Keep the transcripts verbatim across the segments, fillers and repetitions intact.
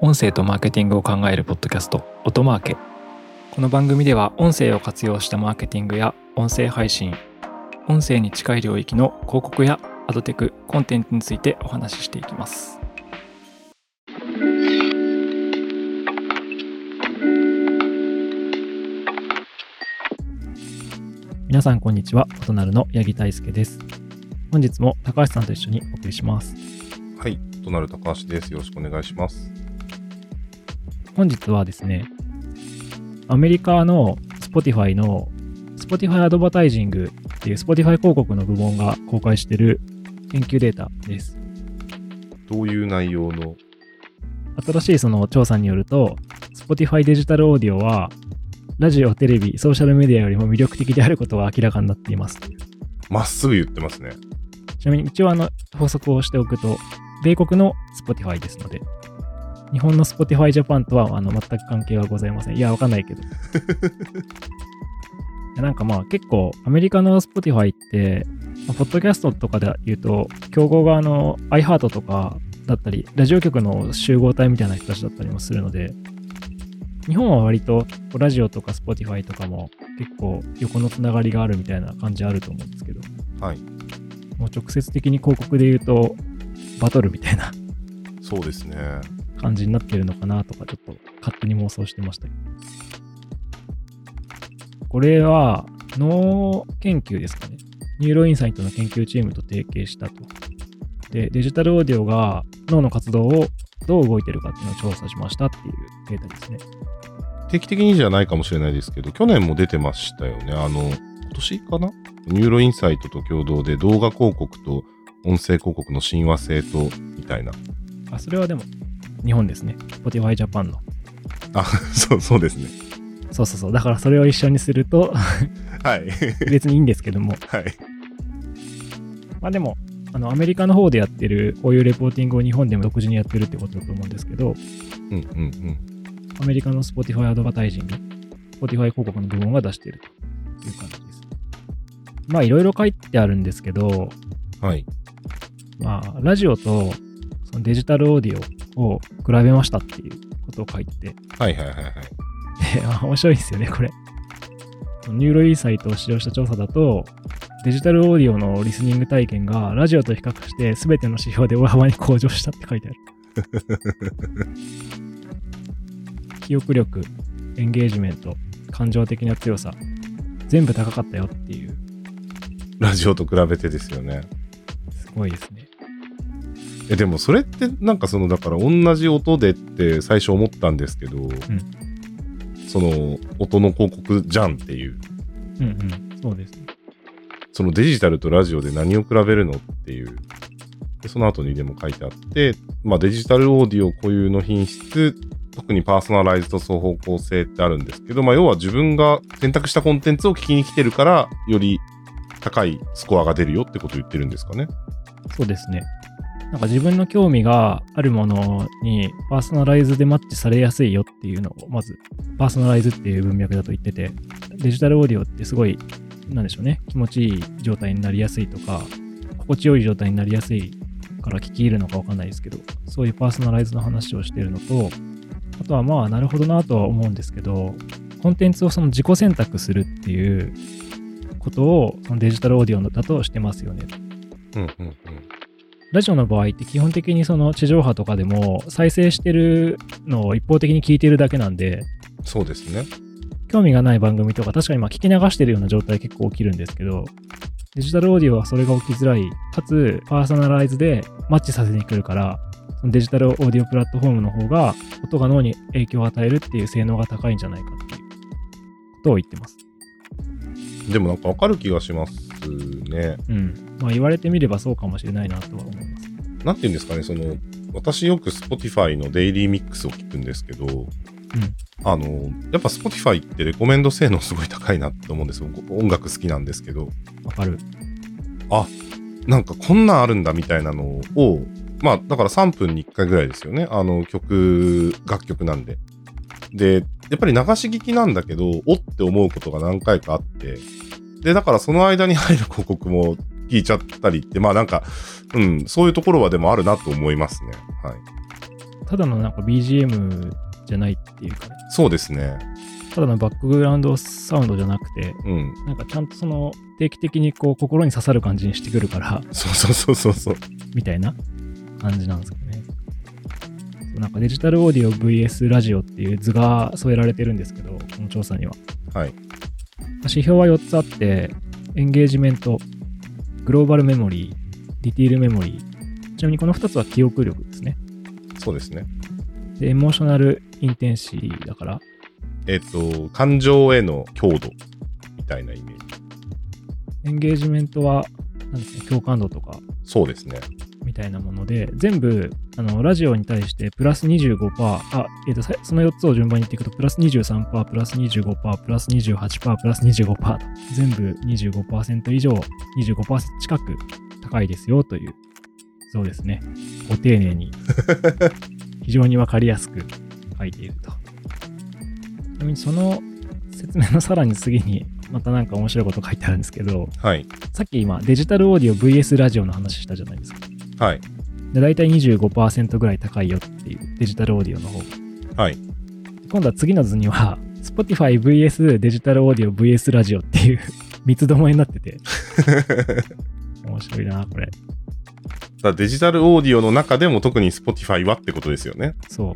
音声とマーケティングを考えるポッドキャスト音マーケ。この番組では音声を活用したマーケティングや音声配信、音声に近い領域の広告やアドテク、コンテンツについてお話ししていきます。皆さんこんにちは。音なるの八木大輔です。本日も高橋さんと一緒にお送りします。 はい、音なる高橋です。よろしくお願いします。 本日はですね、アメリカの Spotify の Spotify アドバタイジングっていう Spotify 広告の部門が公開している研究データです。 どういう内容の？ 新しいその調査によると、Spotify デジタルオーディオはラジオ、テレビ、ソーシャルメディアよりも魅力的であることが明らかになっています。 まっすぐ言ってますね。 ちなみに一応あの補足をしておくと、米国の Spotify ですので、日本の Spotify Japan とはあの全く関係はございません。いや、わかんないけど。なんかまあ結構アメリカの Spotify って、まあ、ポッドキャストとかで言うと、競合があの iHeart とかだったり、ラジオ局の集合体みたいな人たちだったりもするので、日本は割とラジオとか Spotify とかも結構横のつながりがあるみたいな感じあると思うんですけど、 はい。 もう直接的に広告で言うとバトルみたいなそうですね。 感じになってるのかなとかちょっと勝手に妄想してましたけど、これは脳研究ですかね。ニューロインサイトの研究チームと提携したと。で、デジタルオーディオが脳の活動をどう動いてるかっていうのを調査しましたっていうデータですね。 定期的にじゃないかもしれないですけど、去年も出てましたよね。あの、今年かな？ニューロインサイトと共同で動画広告と音声広告の親和性とみたいな。 あ、それはでも日本ですね。Spotify Japan の。 あ、そうそうですね。 そうそうそう。だからそれを一緒にするとはい。 別にいいんですけども。 はい。 まあでも、あのアメリカの方でやってるこういうレポーティングを日本でも独自にやってるってことだと思うんですけど、 うんうんうん。 アメリカの Spotify アドバタイジング、Spotify 広告の部門が出しているという感じです。まあいろいろ書いてあるんですけど、はい。まあラジオとそのデジタルオーディオを比べましたっていうことを書いてて、 はいはいはいはい。 で、面白いですよねこれ。ニューロインサイトを使用した調査だと、デジタルオーディオのリスニング体験がラジオと比較して全ての指標で大幅に向上したって書いてある。記憶力、エンゲージメント、感情的な強さ、全部高かったよっていう。 ラジオと比べてですよね。 すごいですね。 え、でもそれってなんかそのだから同じ音でって最初思ったんですけど、うん、その音の広告じゃんっていう。 うんうん、そうですね。 そのデジタルとラジオで何を比べるのっていう。でその後にでも書いてあって、まあデジタルオーディオ固有の品質、特にパーソナライズと双方向性ってあるんですけど、まあ要は自分が選択したコンテンツを聞きに来てるから、より高いスコアが出るよってことを言ってるんですかね。 そうですね。なんか自分の興味があるものにパーソナライズでマッチされやすいよっていうのをまずパーソナライズっていう文脈だと言ってて、デジタルオーディオってすごいなんでしょうね、気持ちいい状態になりやすいとか心地よい状態になりやすいから聞き入るのか分かんないですけど、そういうパーソナライズの話をしているのと、あとはまあなるほどなとは思うんですけど、コンテンツをその自己選択するっていうことをそのデジタルオーディオだとしてますよね。 うんうんうん。 ラジオの場合って基本的にその地上波とかでも再生してるのを一方的に聞いてるだけなんで、 そうですね。 興味がない番組とか確かにまあ聞き流してるような状態結構起きるんですけど、デジタルオーディオはそれが起きづらい、かつパーソナライズでマッチさせに来るから、そのデジタルオーディオプラットフォームの方が音が脳に影響を与えるっていう性能が高いんじゃないかっていうことを言ってます。 でもなんかわかる気がしますね。 うん。まあ言われてみればそうかもしれないなとは思います。 なんていうんですかね、その私よく Spotify のデイリーミックスを聞くんですけど、うん、あのやっぱ Spotify ってレコメンド性能すごい高いなって思うんですよ。音楽好きなんですけど。 わかる。 あ、なんかこんなんあるんだみたいなのを、まあだからさんぷんにいっかいぐらいですよね。あの曲、楽曲なんで。で、やっぱり流し聞きなんだけど、おって思うことが何回かあって、で、だからその間に入る広告も聞いちゃったりって、まあなんか、うん、そういうところはでもあるなと思いますね。はい。 ただのなんか ビージーエム じゃないっていうかね。 そうですね。 ただのバックグラウンドサウンドじゃなくて、 うん。 なんかちゃんとその定期的にこう心に刺さる感じにしてくるから、 そうそうそうそうそう。みたいな感じなんですかね。なんかデジタルオーディオ ブイエス ラジオっていう図が添えられてるんですけど、この調査には。 はい。 指標はよっつあって、エンゲージメント、グローバルメモリー、ディティールメモリー。ちなみにこのふたつは記憶力ですね。 そうですね。 で、エモーショナルインテンシティだから。 えっと、感情への強度みたいなイメージ。 エンゲージメントは、なんですか、共感度とか。 そうですね。 みたいなもので、全部、あの、ラジオに対してプラス にじゅうごパーセント、あ、えっと、そのよっつを順番に言っていくと、プラス にじゅうさんパーセント、プラス にじゅうごパーセント、プラス にじゅうはちパーセント、プラス にじゅうごパーセントと、全部 にじゅうごパーセント 以上、にじゅうごパーセント 近く高いですよという、そうですね。ご丁寧に、非常にわかりやすく書いていると。ちなみにその説明のさらに次に、またなんか面白いこと書いてあるんですけど、 はい。 さっき今、デジタルオーディオ ブイエス ラジオの話したじゃないですか。 はい。 で、だいたい にじゅうごパーセント ぐらい高いよっていうデジタルオーディオの方が。 はい。 今度は次の図には Spotify ブイエス デジタルオーディオ ブイエス ラジオっていう三つどもえになってて面白いなこれ。 だデジタルオーディオの中でも特に Spotify はってことですよね。 そう。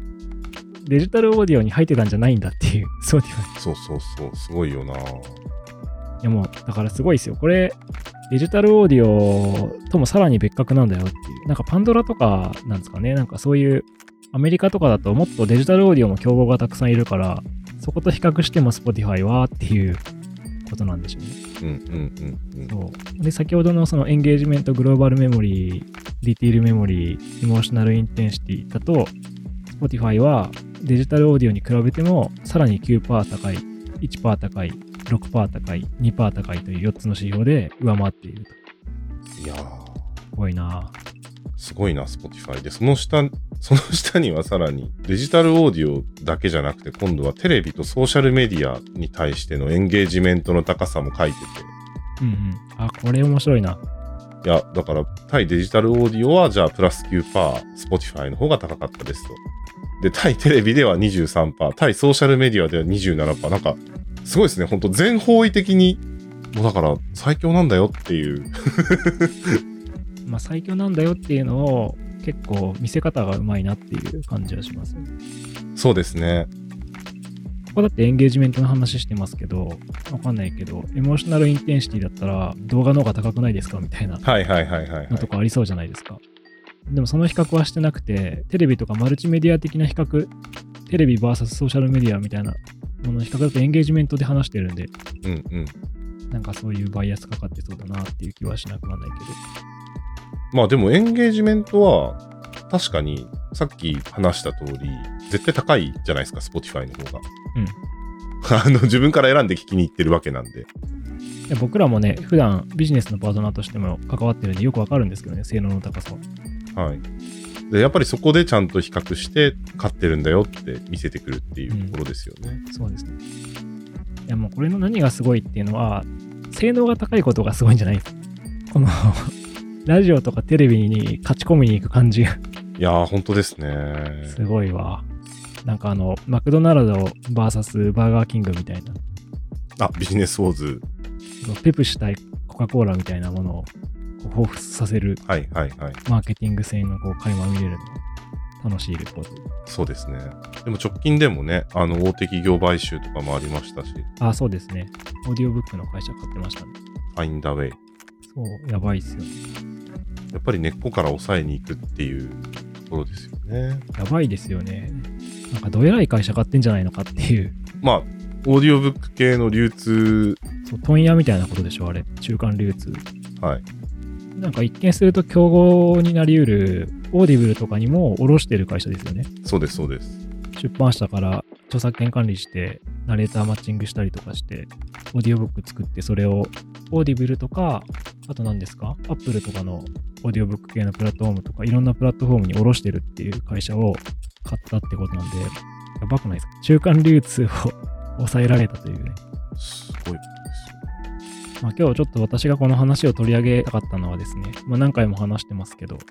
デジタルオーディオに入ってたんじゃないんだっていう Spotify。 そうそうそう、すごいよな。いやもうだからすごいですよ。これデジタルオーディオともさらに別格なんだよっていう。なんかパンドラとかなんですかね。なんかそういうアメリカとかだともっとデジタルオーディオも競合がたくさんいるから、そこと比較しても Spotify はっていうことなんでしょうね。 うんうんうんうん。 そう。で、先ほどのそのエンゲージメント、グローバルメモリー、ディティールメモリー、エモーショナルインテンシティだと、Spotify はデジタルオーディオに比べてもさらに きゅうパーセント 高い、いちパーセント 高い、ろくパーセント 高い、にパーセント 高いというよっつの指標で上回っていると。 いやー。 すごいな。 すごいな、Spotify で。その下、その下にはさらにデジタルオーディオだけじゃなくて、今度はテレビとソーシャルメディアに対してのエンゲージメントの高さも書いてて。 うんうん。あ、これ面白いな。 いや、だから、対デジタルオーディオは、じゃあ、プラス きゅうパーセント、Spotify の方が高かったですと。で、対テレビでは にじゅうさんパーセント、対ソーシャルメディアでは にじゅうななパーセント。なんか、すごいですね。ほんと、全方位的に、もうだから、最強なんだよっていう。 まあ、最強なんだよっていうのを、結構見せ方がうまいなっていう感じはします。 そうですね。 ここだってエンゲージメントの話してますけど、わかんないけど、エモーショナルインテンシティだったら動画の方が高くないですかみたいなはいはいはいはい、はい。 のとかありそうじゃないですか。でもその比較はしてなくて、テレビとかマルチメディア的な比較、テレビ ブイエス ソーシャルメディアみたいなものの比較だとエンゲージメントで話してるんで、 うんうん。 なんかそういうバイアスかかってそうだなっていう気はしなくはないけど。 まあでもエンゲージメントは確かにさっき話した通り絶対高いじゃないですか、Spotify の方が。 うん。 あの自分から選んで聞きに行ってるわけなんで。 いや僕らもね、普段ビジネスのパートナーとしても関わってるんでよくわかるんですけどね、性能の高さは。 はい。で、やっぱりそこでちゃんと比較して買ってるんだよって見せてくるっていうところですよね。 うん、そうですね。いやもうこれの何がすごいっていうのは、性能が高いことがすごいんじゃないこのラジオとかテレビに勝ち込みに行く感じが。 いやー、本当ですね。 すごいわ。なんかあの、マクドナルド ブイエス バーガーキングみたいな。 あ、ビジネスウォーズ。 ペプシ対コカ・コーラみたいなものをこう彷彿させる、 はいはいはい。 マーケティング性のこう垣間見れるの楽しいレポート。 そうですね。でも直近でもね、あの大手企業買収とかもありましたし。 あ、そうですね。オーディオブックの会社買ってましたね。 ファインダウェイ。 そう、やばいっすよね。 やっぱり根っこから抑えに行くっていうところですよね。 やばいですよね。なんかどえらい会社買ってんじゃないのかっていう。 まあ、オーディオブック系の流通。 そう、問屋みたいなことでしょ、あれ。中間流通。 はい。 なんか一見すると競合になり得るオーディブルとかにも卸してる会社ですよね。 そうです、そうです。 出版社から著作権管理して、ナレーターマッチングしたりとかして、オーディオブック作って、それをオーディブルとか、あと何ですか？アップルとかのオーディオブック系のプラットフォームとか、いろんなプラットフォームに卸してるっていう会社を買ったってことなんで、やばくないですか？中間流通を抑えられたというね。 すごいことですよ。 まあ、今日ちょっと私がこの話を取り上げたかったのはですね、まあ、何回も話してますけど、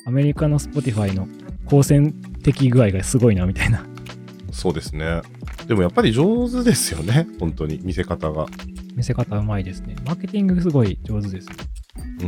アメリカの Spotify の好戦的具合がすごいなみたいな。 そうですね。でもやっぱり上手ですよね。本当に見せ方が。 見せ方うまいですね。マーケティングすごい上手ですね。 うん。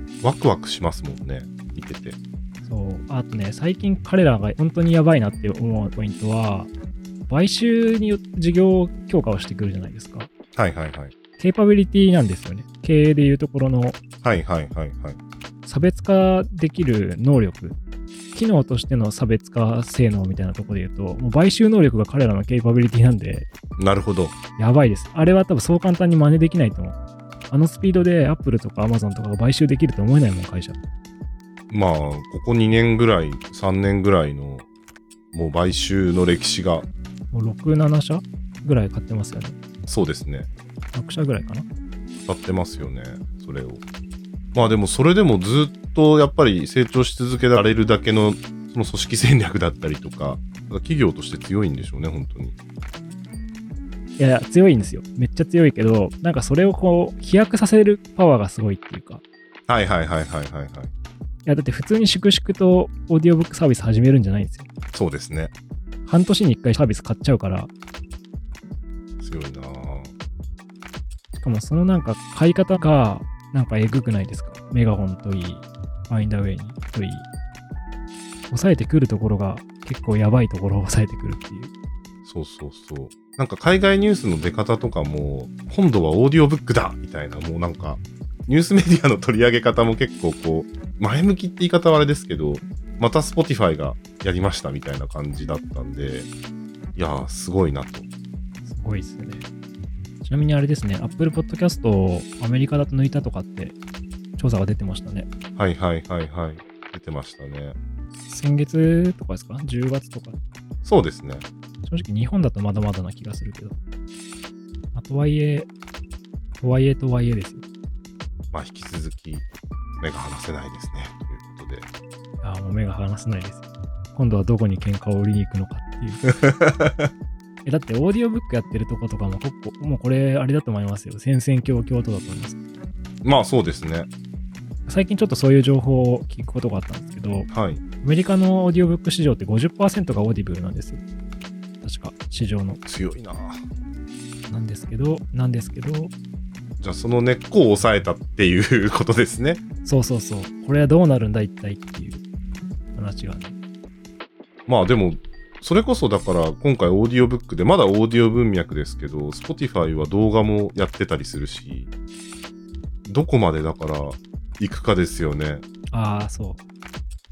ワクワクしますもんね。見てて。 そう。あとね、最近彼らが本当にやばいなって思うポイントは、買収によって事業強化をしてくるじゃないですか。 はいはいはい。 ケーパビリティなんですよね。経営でいうところの。 はいはいはいはい。 差別化できる能力。機能としての差別化性能みたいなところで言うと、もう買収能力が彼らのケーパビリティなんで。 なるほど。 やばいです。あれは多分そう簡単に真似できないと思う。あのスピードで Apple とか Amazon とかが買収できると思えないもん、会社。 まあ、ここにねんぐらい、さんねんぐらいの、もう買収の歴史が。 もうろく、ななしゃぐらい買ってますよね。 そうですね。 ろくしゃぐらいかな。 買ってますよね、それを。まあでもそれでもずっとやっぱり成長し続けられるだけのその組織戦略だったりとか、企業として強いんでしょうね、本当に。 いやいや、強いんですよ。めっちゃ強いけど、なんかそれをこう、飛躍させるパワーがすごいっていうか。 はいはいはいはいはいはい。いや、だって普通に粛々とオーディオブックサービス始めるんじゃないんですよ。 そうですね。 半年にいっかいサービス買っちゃうから。 強いなぁ。 しかもそのなんか買い方が、なんかえぐくないですか？メガホンといい、ファインダーウェイにといい。抑えてくるところが結構やばいところを抑えてくるっていう。 そうそうそう。なんか海外ニュースの出方とかも、今度はオーディオブックだみたいな、もうなんか、ニュースメディアの取り上げ方も結構こう、前向きって言い方はあれですけど、また Spotify がやりましたみたいな感じだったんで、いやー、すごいなと。 すごいですね。ちなみにあれですね、Apple Podcast をアメリカだと抜いたとかって調査が出てましたね。 はいはいはいはい。出てましたね。 先月とかですか ?じゅうがつとか。 そうですね。 正直日本だとまだまだな気がするけど。まあ、とはいえ、とはいえとはいえですよ。 まあ引き続き目が離せないですね。ということで。 ああ、もう目が離せないです。今度はどこに喧嘩を売りに行くのかっていう。えだってオーディオブックやってるとことかも結構、もうこれあれだと思いますよ。戦々恐々とだと思います。 まあそうですね。 最近ちょっとそういう情報を聞くことがあったんですけど、 はい。 アメリカのオーディオブック市場って ごじゅっパーセント がオーディブルなんですよ。確か、市場の。 強いな。 なんですけど、なんですけど、 じゃあその根っこを抑えたっていうことですね。 そうそうそう。これはどうなるんだ一体っていう話がね。 まあでも、それこそだから今回オーディオブックでまだオーディオ文脈ですけど、Spotify は動画もやってたりするし、どこまでだから行くかですよね。 ああ、そう。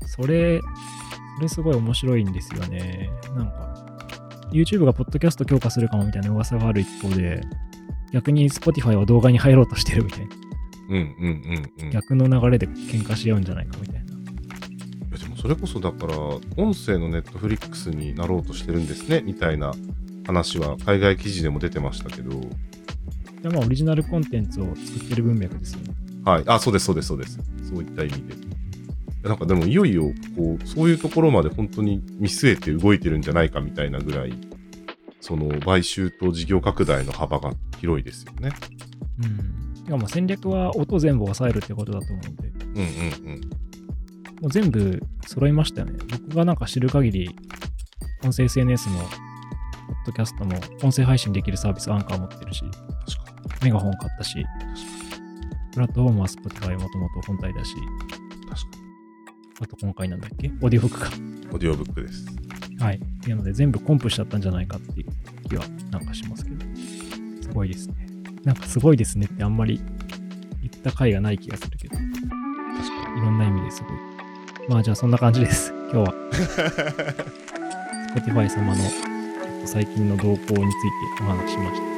それ、それすごい面白いんですよね。なんか、YouTube がポッドキャスト強化するかもみたいな噂がある一方で、逆に Spotify は動画に入ろうとしてるみたいな。 うんうんうんうん。 逆の流れで喧嘩し合うんじゃないかみたいな。 いやでもそれこそだから、音声の Netflix になろうとしてるんですね、みたいな話は海外記事でも出てましたけど。 いやまあオリジナルコンテンツを作ってる文脈ですよね。 はい。あ、そうです、そうです、そうです。そういった意味で。なんかでもいよいよ、こう、そういうところまで本当に見据えて動いてるんじゃないかみたいなぐらい、その買収と事業拡大の幅が広いですよね。 うん。てかまあ戦略は音全部抑えるってことだと思うんで。 うんうんうん。 もう全部揃いましたよね。僕がなんか知る限り、音声 エスエヌエス も、ポッドキャストも、音声配信できるサービスアンカー持ってるし、 確かに。 メガホン買ったし、プラットフォームは Spotify もともと本体だし、 確かに。 あと今回なんだっけオーディオブックか。 オーディオブックです。 はい。っていうので全部コンプしちゃったんじゃないかっていう気はなんかしますけど。すごいですね。なんかすごいですねってあんまり言った回がない気がするけど。確かにいろんな意味ですごい。まあじゃあそんな感じです。今日は。Spotify 様の最近の動向についてお話ししました。